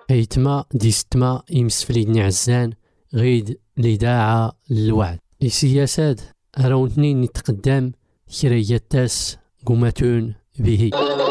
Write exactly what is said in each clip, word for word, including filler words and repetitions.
هيتما ديستما يمسفليدني عزان غيد لداعة للوعد السياسات أراونتني نتقدم كرياتاس قوماتون به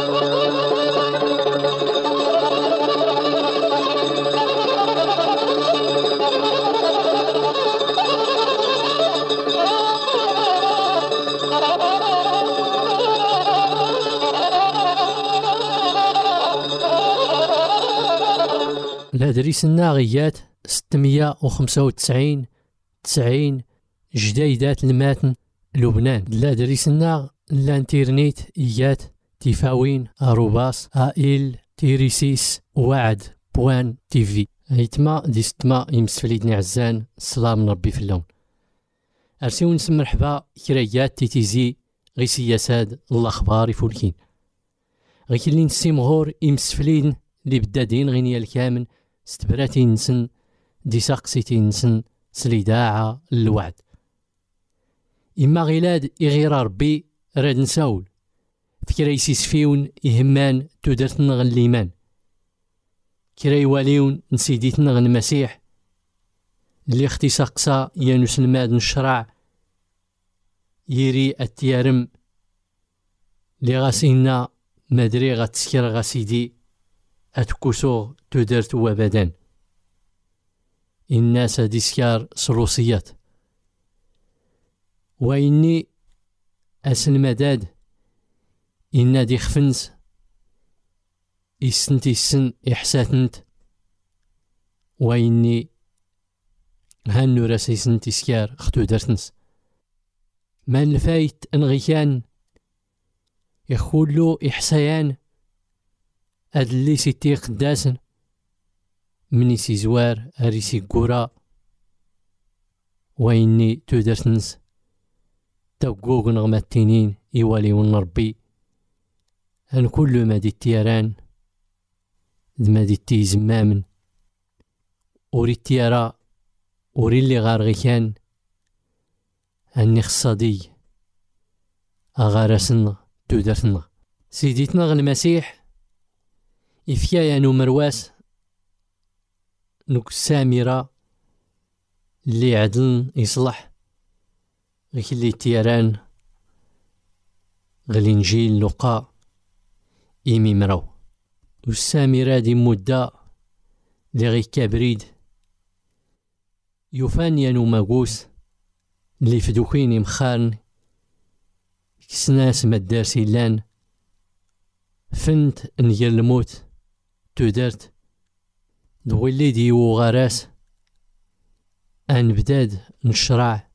الهدريسنا غيات ستمية وخمسة وتسعين تسعين جديدات الماتن لبنان. الهدريسنا الانترنت إيات تيفاوين أروباس آئل تيريسيس وعد بوان تيفي. هيتما ديستما يمسفليدني عزان السلام ربي في اللون. أرسيو نسم مرحبا كريات تيتيزي غي سياساد الأخبار يفولكين غي كلين السيمغور يمسفليدن اللي بدادين غينيا الكامل ستبراتي نسن دي ساقسيتي نسن سليداعة الوعد. إما غيلاد إغير ربي راد نساول فكرا يسيسفيون إهمان تودرتنا غن ليمان كرا يواليون نسيديتنا غن مسيح اللي اختي ساقسا يانوس الماد نشرع يري التيارم اللي غاسينا مدري غاتسكر غاسيدي أتكوسو تودرت وابدان الناس ديسكار سروسيات وإني أسن مداد إنا دي خفنس إسنتي السن إحساتنت وإني هانو راسي سنتي سكار اختو درتنس ما الفايت انغيكان يخولو إحسيان أدلي سيتي قداسن مني سي زوار أريسي قورا وإني تودرتنس تاقوق نغمة التنين إيوالي ونربي أن كل ما دي التياران ما دي التي زمامن أوري التيارا أوري اللي غارغي كان أني خصادي أغارسن تودرتنا سيديتنا غ المسيح إفيايا نو مرواس نوك السامرة اللي عدلن يصلح غيك اللي تيران غالينجيل لقاء إيمي مراو والسامرة دي مدة اللي غيك كابريد يوفان يانو ماقوس اللي فدوكيني مخارن كسناس مدارسي لان فنت نجر الموت تودرت دويلي ديو غراس أن بداد نشرع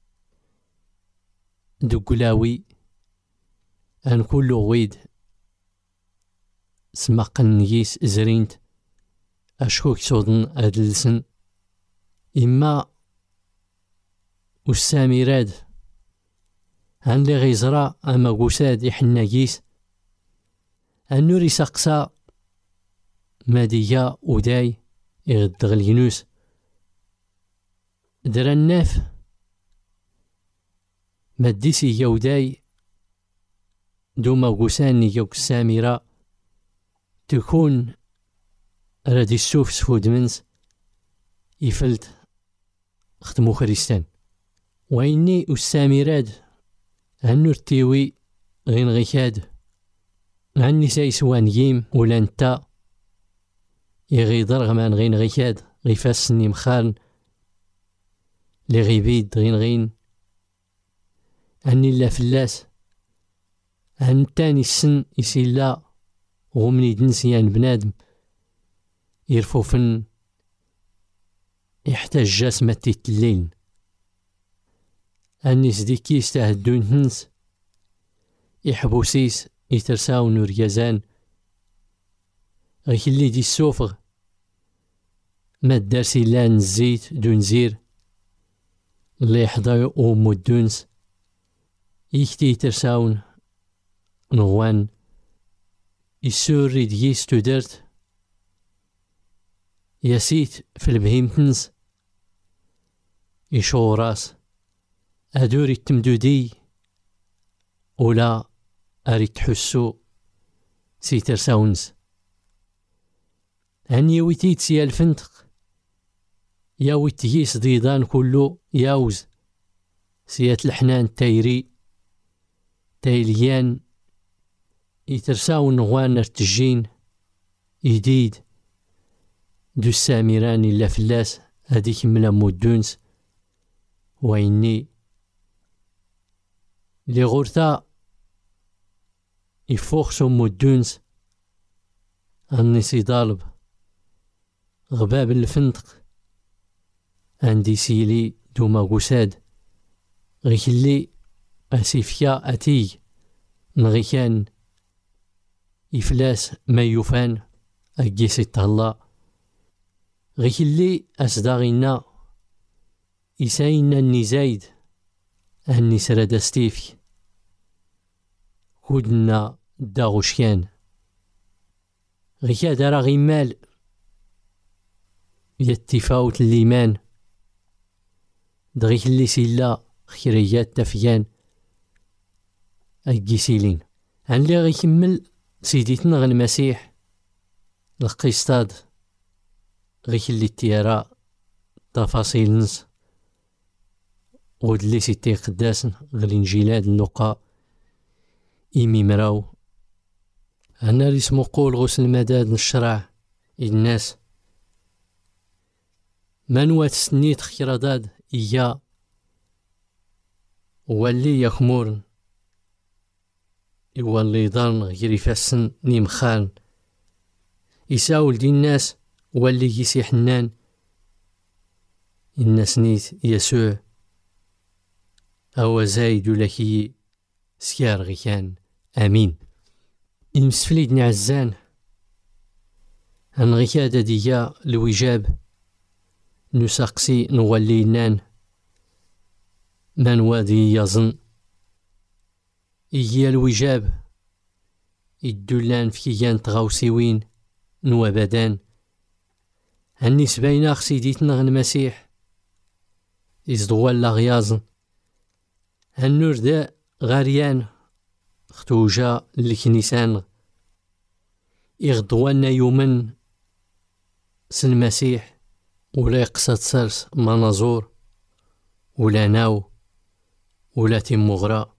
دقلاوي أن كل غويد سماق نيس زرينت أشكوك صودن أدلسن إما والسامي راد هان لي غيزرا أما قوساد يحناقيس النوري ساقسا مادية وداي يغدغ الينوس درا الناف ماديسي يوداي دوما قوساني يوك السامرة تكون رادي السوف سفود منس يفلت ختمو خريستان وإني السامراد هنور تيوي غين غيكاد عني سايسوان ييم ولا نتا يغيضر غمان غين غيكاد غيفاسني مخارن لي غيبيد غين غين أني لا فلاس هن تاني السن يسيلا غمني دنسيان بنادم يرفوفن يحتاج جاسمة تيتلين أني سديكي يستهدون هنس يحبوسيس يترساو نور يزان غيك اللي دي السوفغ ما دارسي لان الزيت دون زير اللي يحضر أمو الدونس يكتي يترساون نغوان يسوري ديس تودرت ياسيت في البهيمتنس يشو راس أدوري التمدودي ولا أريد تحسو سيتر ساونز هني ويتيت سيا الفندق يا ويتيس ضيضان كله ياوز سيات الحنان تايري تايليان يترساو نغوان ارتجين يديد دو الساميران إلا فلاس هذيك ملا مودونس ويني لي غورتا يفوخسو مودونس أني سي ضالب غباب الفندق عندي سيلي دوما قساد غيكلي أسيفيا أتي نغيكان إفلاس ما يفان أجيسي الطلا غيكلي أصداغينا إساينا النزايد أني سرد ستيفي كودنا داغوشكان غيكا دارا غيمال يتفاوت الليمان دغيك اللي سيلا خيريات تفيان أجيسيلين عن لي غيكمل سيديتنا غن المسيح القيستاد غيك اللي تيارا تفاصيل نس ودلي سيتي قداسن غالإنجيلات اللقاء إيمي مراو أنا رسمو قول غسل المداد نشرع الناس منوات سنيت خيراداد إيا واللي يخمورن يولي ضان غير يفسن نيمخان يساول دي الناس واللي يسي حنان الناس نيت يسوع أو زايد لكي سيار غيكان آمين المسفليد نعزان هن غيكادة ديا الوجاب نساقسي نولي نان من وادي يظن إيا الوجاب الدولان في كيان تغاوسيوين نوابدان هني سباينا خسيديتنا غن مسيح إزدوال لاغيازن هنور دا غاريان ختوجا الكنيسان إغدوانا يومن سن مسيح ولا يقصد سرس مناظور ولا ناو ولا تيمغرا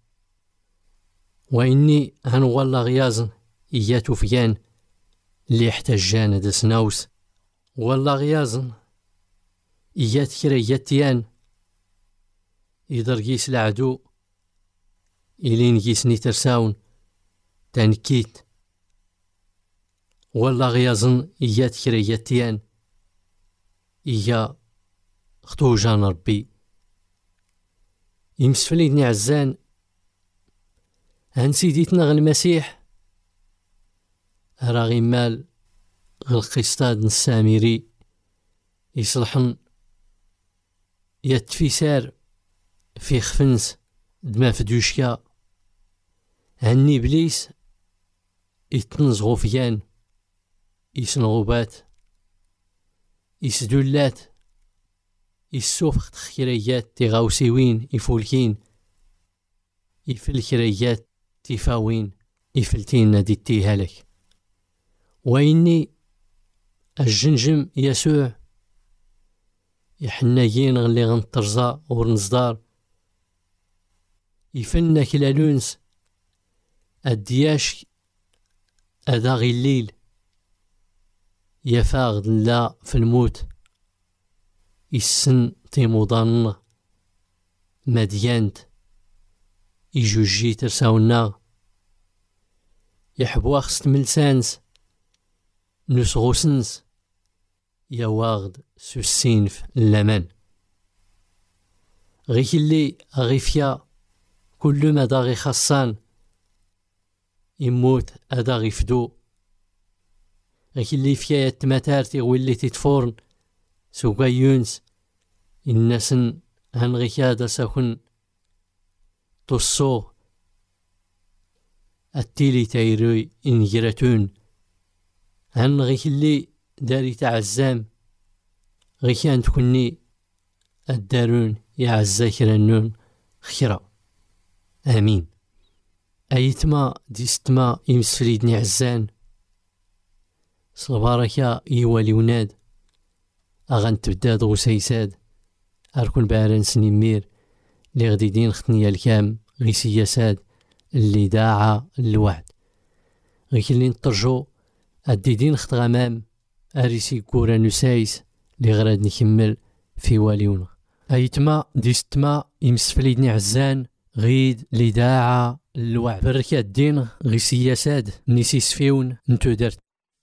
وإني هنوالله غيازن إياتو فيان اللي يحتاجان دا سناوس والله غيازن إيات كرا إياتيان يدرقيس العدو إلين جيسني ترساون تنكيت والله غيازن إيات كرا إياتيان إيا خطوجان ربي يمسفليدني عزان هن سيديتنا غن المسيح راغي مال غالقيستاد السامري يصلحن يتفيسار في خفنس دما فدوشكا هني بليس يتنزغو فيان يسنغوبات يسدولات يسوفخ تخيريات تيغاوسيوين يفولكين يفلكريات تيفاوين يفلتين نادي تيهالك وإني الجنجم يسوع يحنايين غلي غنطرزا ورنزدار يفنى كلالونس الدياش أداغي الليل يفاغد لا في الموت يسن تيموضان مديانت يجوجي ترساونا يحبوا خست ملسانس نسغوسنس يواغد سوسينف اللمان غيك اللي أغيفيا كل ما داغي خاصان يموت أداغي فدو غيك اللي فيا يتماتار تيغولي تيتفورن سوكا يونس الناسن هن غيكادا ساكن تصو التيلي تايروي إنجراتون هن غيك اللي داري تعزام غيكان تكوني الدارون يعزا كرانون خيرا آمين أيتما ديستما يمسفريدني عزان صلباركا يوالي وناد أغان تبداد غسيساد أركن بارن سنيمير لي غديدين ختنيا الكام غي سياساد اللي داعا الوعد غي كلي نطرجو الديدين خت غمام أريسي كورا نسايس لي غراد نكمل في واليونا أيتما ديستما يمسفليدني عزان غيد لي داعا الوعد بركة الدين غي سياساد نسيس فيون نتو درت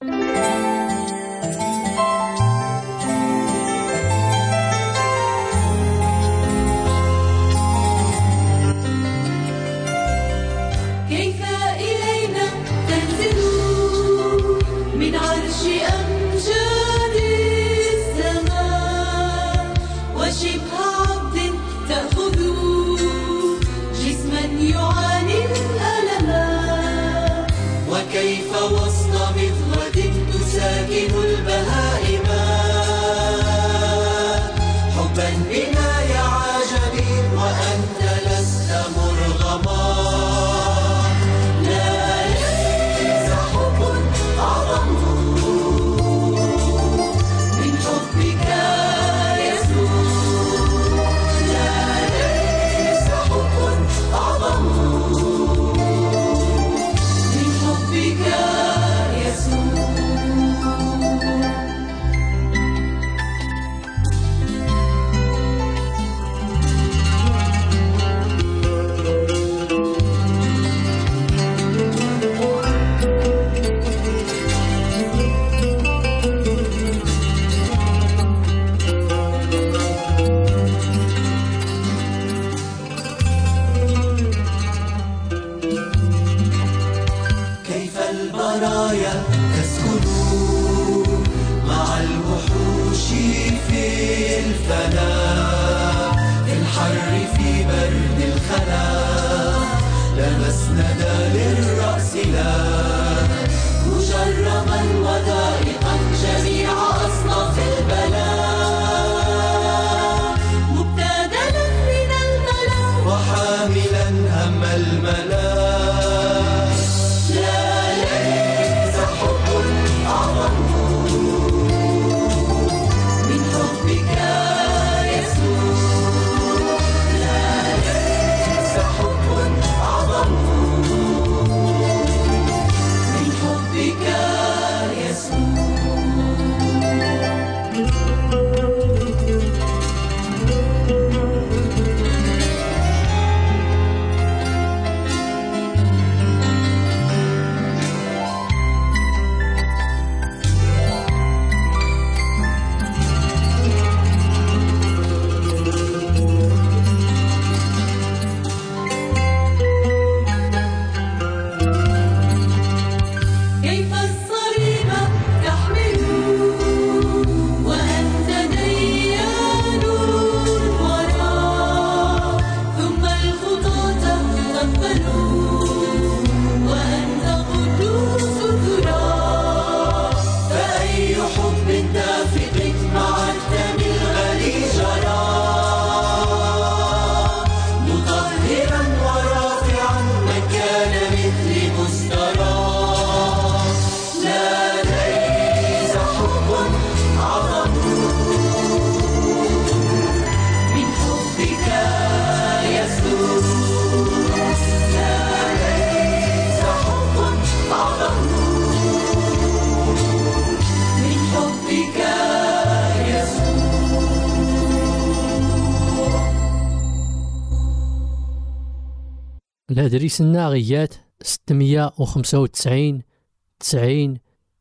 الهدريس الناغيات ستمية وخمسة وتسعين تسعين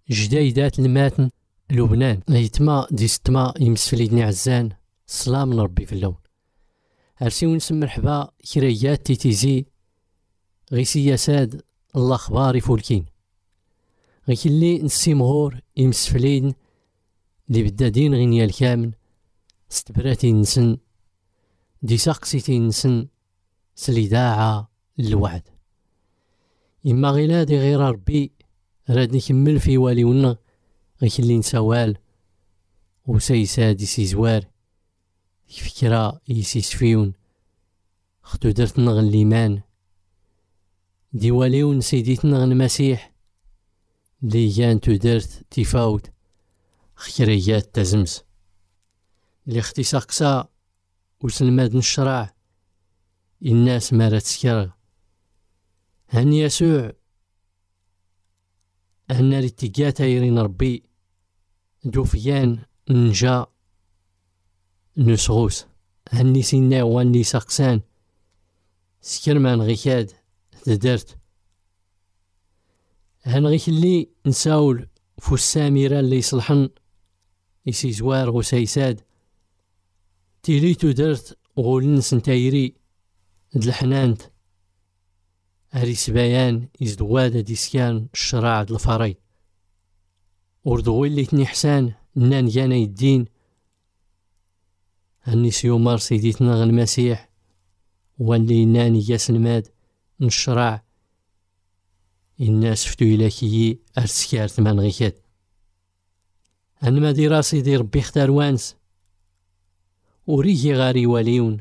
جديدات الماتن لبنان ايتما دي ستما يمسفليدني عزان السلام من ربي في اللون عرسي ونسم مرحبا كريات تيتيزي غي سياساد الله خباري فولكين غي كلي نسي مغور يمسفلين دي بدادين غينيا الكامن ستبراتي نسن دي ساقسيتي نسن سليداعة الوعد إما غيلادي غير ربي راد نكمل في واليونا غي كلي نسوال وسيسادي سيزوار فكرة يسيسفيون خدو درت نغن ليمان دي واليون سيديتنا غن مسيح ليان تدرت تفاوت خكريات تزمز اللي اختي ساقسا وسلماد نشرع الناس مارت سكر هن يسوع هن رتقات يرين ربي دوفيان نجا نسغوس هني سينا واني ساقسان سكرمان غيكاد تدرت هن غيك اللي نساول فو السامرة اللي يصلحن يسي زوار غسيساد تيليتو درت غولن سنتايري دلحنانت هاري سبايان يزدوادة ديسكان الشراع د الفري وردغوي اللي تنحسان نان جانا يدين هني سيومار سيديتنا غ المسيح واللي ناني ياس الماد نشرع الناس فتو إلاكيي أرسكارت من غيكاد أنما دي راسي دي ربي اختار وانس وريكي غاري واليون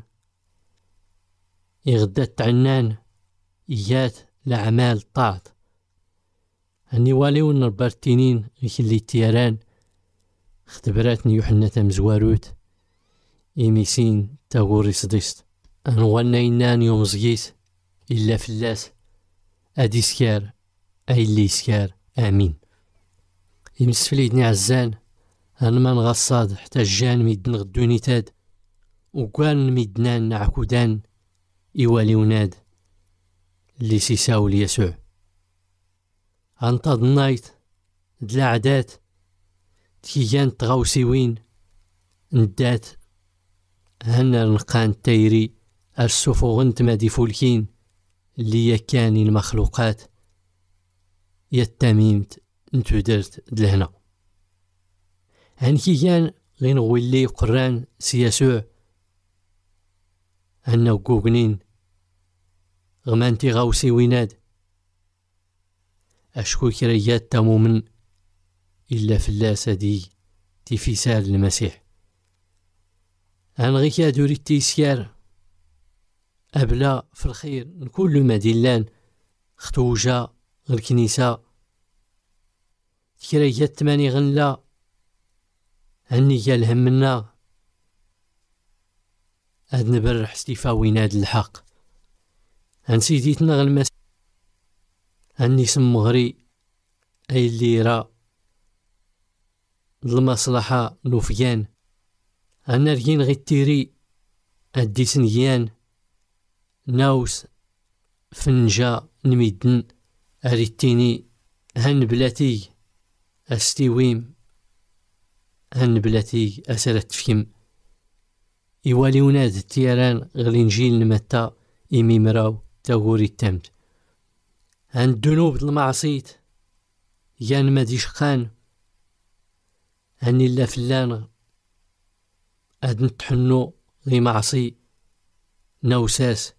إغدات عنان إيات لعمال طاعت أني واليون نربارتينين غيك اللي تيران اختبراتني يوحنا تمزواروت إيميسين تاغوري صديست أنوانا إنان يوم زغيس إلا فلاس أدي سكار أي اللي سكار آمين يمسفليدني عزان أنا ما نغصاد حتى جان ميدن غدوني تاد وقال ميدنان نعكودان إيوالي وناد اللي سيساول يسوع أنتظ النايت دلا عدات تيجان تغاوسيوين ندات هنا نقان تايري السفو غنت مادي فولكين اللي يكاني المخلوقات يتميمت انتو درت دلهنا هنكي كان غين غولي قران سياسوع هنا وقوقنين غمانتي غاوسي ويناد أشكو كريات تمومن إلا فلاسة دي تفسال المسيح هنغي كادوري التيسيار أبلا في الخير نكل مدلان ختوجا الكنيسة كريات تماني غنلا هني قال همنا هاد نبرح ستيفا ويناد الحق هن سيديتنا غالمس هني سمغري أي اللي راه المصلحة نوفيان هن رجين غي التيري هادي سنجيان ناوس فنجا نميدن أريتيني هن بلاتي أستيويم هن بلاتي أسرت فيم إيوالي وناد التيران غلينجيل نمتا إيمي مراو تاغوري التمت هن الدنوب المعصيت يان ما ديشقان هني إلا فلان هاد نتحنو غي معصي نوساس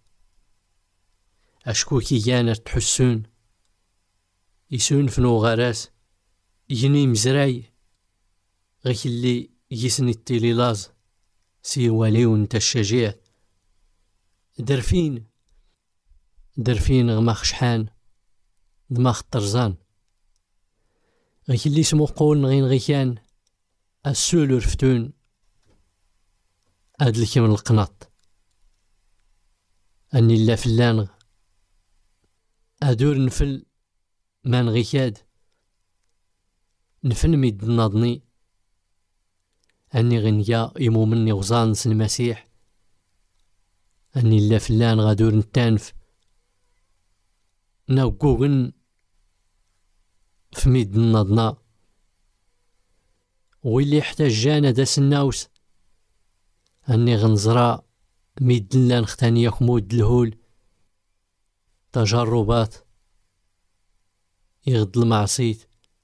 أشكو كي يانا تحسون يسون فنو غراس يجني مزراي غيك اللي يسني التيليلاز سيواليون تا الشجاع درفين درفين غماخ شحان دماغ الطرزان غيك اللي سمو قول غين غيكان السولو رفتون هاد الكيم القناط أني لا فلان أدور نفل مان غيكاد نفن ميد ناضني أني غنيا يمو مني وزان سن المسيح أني لا فلان غادور نتانف ناوكوغن في ميد ناضنا ويلي يحتاج جانا دا سناوس أني غنزرا ميد لان ختانيا خمود الهول تجربات يغد المعصيت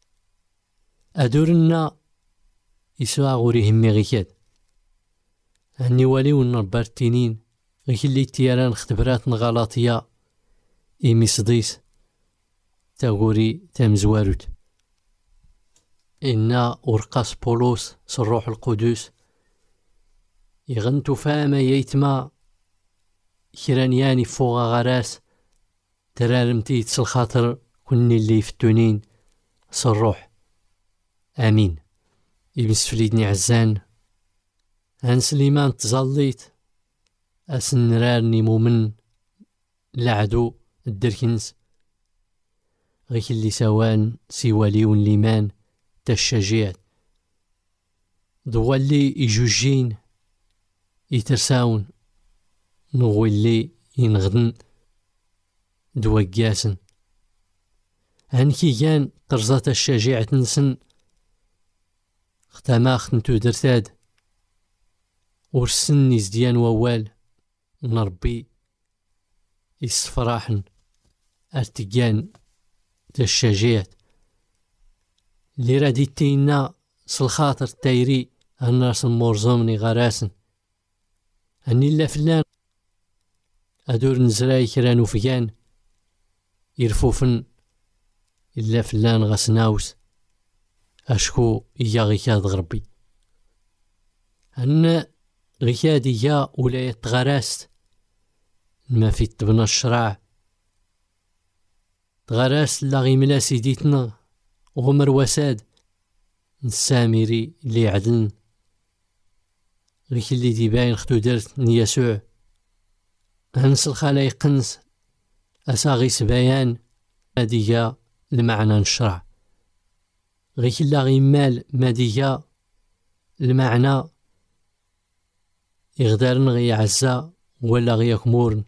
أدورنا يسوع غوري همي غيكاد هني واليو نربارتينين غيك اللي تيران اختبرات نغلاطيا إيمي صديس تاغوري تامزواروت إنا ورقاس بولوس صروح القدوس يغنتو فاما ييتما كرانياني فوغا غراس ترارمتي تسل خاطر كوني اللي يفتونين صروح امين. ابن سفليدني عزان هان سليمان تزليت اسنرارني مؤمن لعدو الدركنس غيك اللي سوان سوالي ونليمان تشجيع دوالي يجوجين يترساون نغولي ينغدن دواقاسن هانكي كان قرزات الشجاعة نسن ختما ختنتو درتاد ورسن يزديان ووال نربي يصفراحن ارتقان دا الشجاعة اللي رادي تينا سالخاطر تايري الناس المورزومني غراسن هني لا فلان ادور نزراي كران وفيان يرفوفن إلا فلان غسناوس أشكو إيا غيكاد غربي أن غيكاد إيا ولا يتغراست ما في تبنى الشراع تغراست لا غيملا سيديتنا غمر وساد نساميري اللي عدلن غيك اللي دي باين ختو درت نيسوع هنس الخلايق قنس أساغي سبايان هادية المعنى نشرع غيك لا غيمال مادية المعنى يغدارن غي عزا ولا غي يكمورن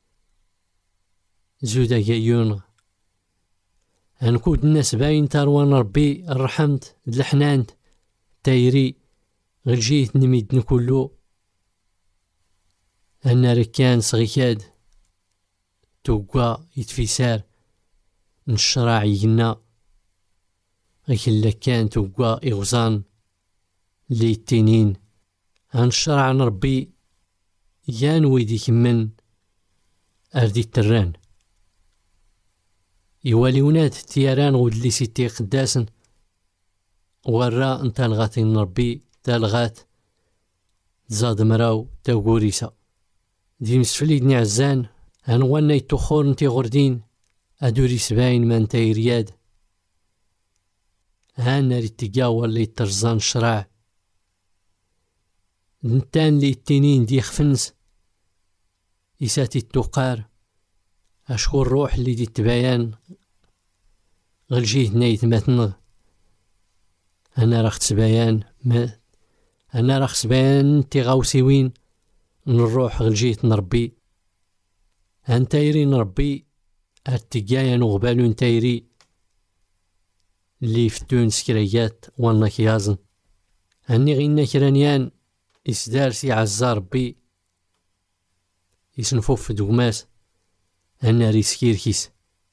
زودا جايون هنكود الناس باين تاروان ربي الرحمت الحنانت تايري غلجيت نميدن كلو أنا ركان صغيكاد توقع يتفيسار نشرع يجنا غيك اللي كان توقع إغزان لي التنين هنشرع نربي يان ويديك من أردي التران يوالي وناد تياران ودلي سيتي قداسن ورا انت الغاتي نربي تالغات زاد مراو تاوغوريسا دي مسفليدني عزان هنوانا يتوخور نتي غردين أدوري سباين من تايرياد هانا ريتيقاو اللي ترزان الشراع نتان لي التنين دي خفنس يساتي التوقار أشكو الروح اللي دي تبايان غلجيه نايت ماتنغ أنا راخ تبايان ما أنا راخ تبايان تي غاوسيوين نروح غلجيه نربي هان تايري نربي هاتيقايا نغبالو نتايري اللي فتون سكريات وانا كيازن هاني غينا كرانيان إسدار سي عزا ربي يسنفوف في دوماس هانا ريسكير كيس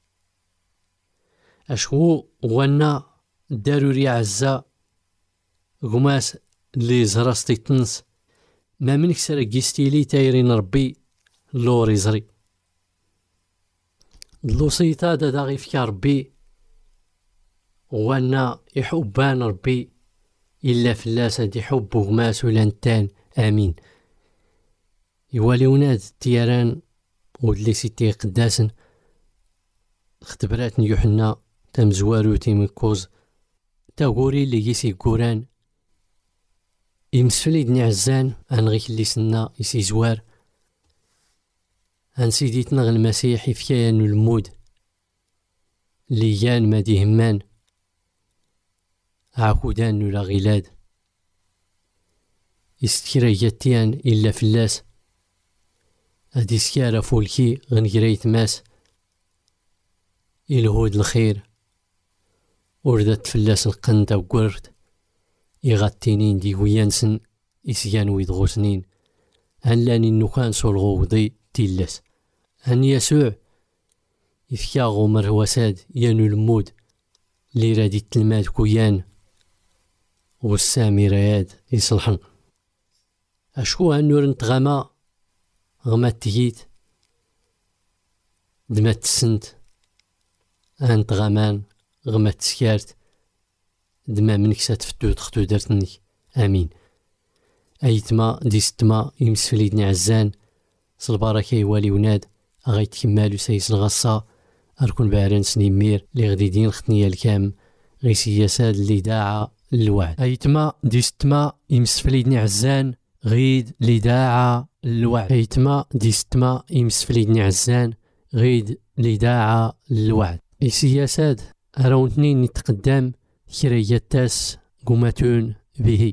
أشكو وانا داروري عزا غماس اللي زرستي تنس ما منك سرقيستيلي تايري نربي لوري زري دلوسيطا دا دا غيفكا ربي وانا يحبان ربي إلا فلاسة دي حب غماس ولا نتان آمين يوالي وناد تياران ودلي سيتي قداسن اختبرات يوحنا تمزوارو تيمكوز تاغوري اللي يسي قوران يمسفلي دني عزان انغيك اللي سنا يسي زوار هان سيديتنا غ المسيح يفكيان المود اللي يان ما دي همان عاكودان ولا غلاد يستكرا يتيان إلا فلاس هادي سكارة فولكي غنقريت ماس الهود الخير وردت فلاس القندة وقرد يغتينين دي ويانسن إسيان ويدغو سنين هن لاني النكان سولغوضي تيلاس هن يسوع يفكا غمر وساد يانو المود لي رادي التلماد كويان والسامي رياد يصلحن أشكو هنور نتغما غما تيجيت دمات السنت هانت غمان غما تسكارت دما منك ساتفتو تختو درتني آمين أيتما ديستما يمسفليدني عزان صالبركة يوالي وناد أغايت كمالو سايس الغصة أركون باران سنيمير لي غدي دين ختنيا الكام غي سياسات اللي داعة الوعد. أيتما ديستما يمسفليدني عزان غيد اللي داعة الوعد. أيتما ديستما يمسفليدني عزان غيد اللي داعة الوعد. السياسات أراونتني نتقدم كرياتاس قوماتون به.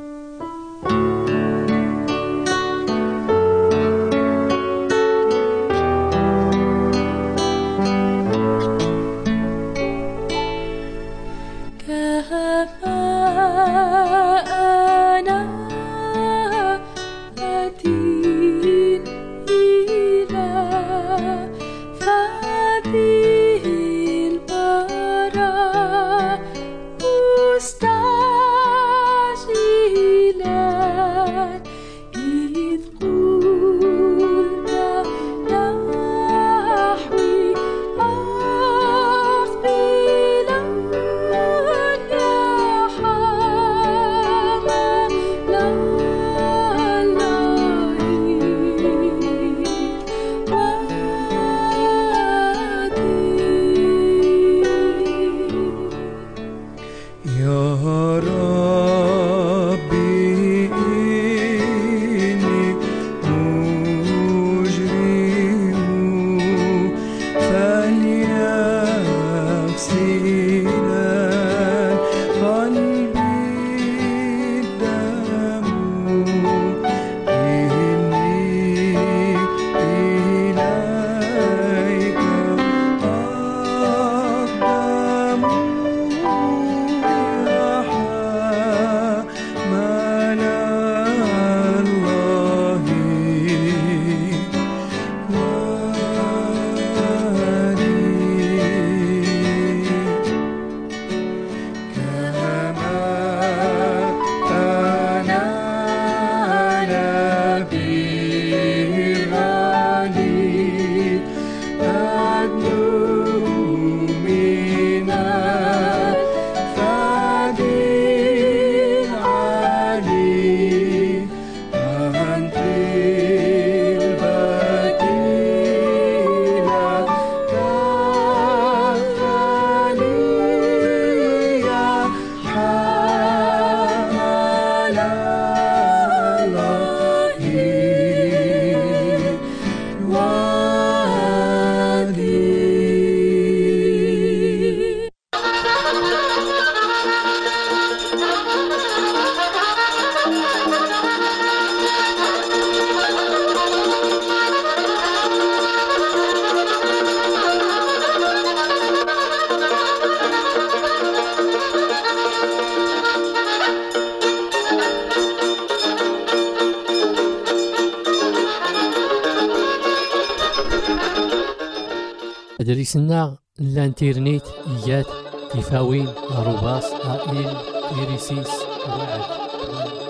أدريسنا الانترنت إيات تفاوين أروباس آئل إيريسيس وعد.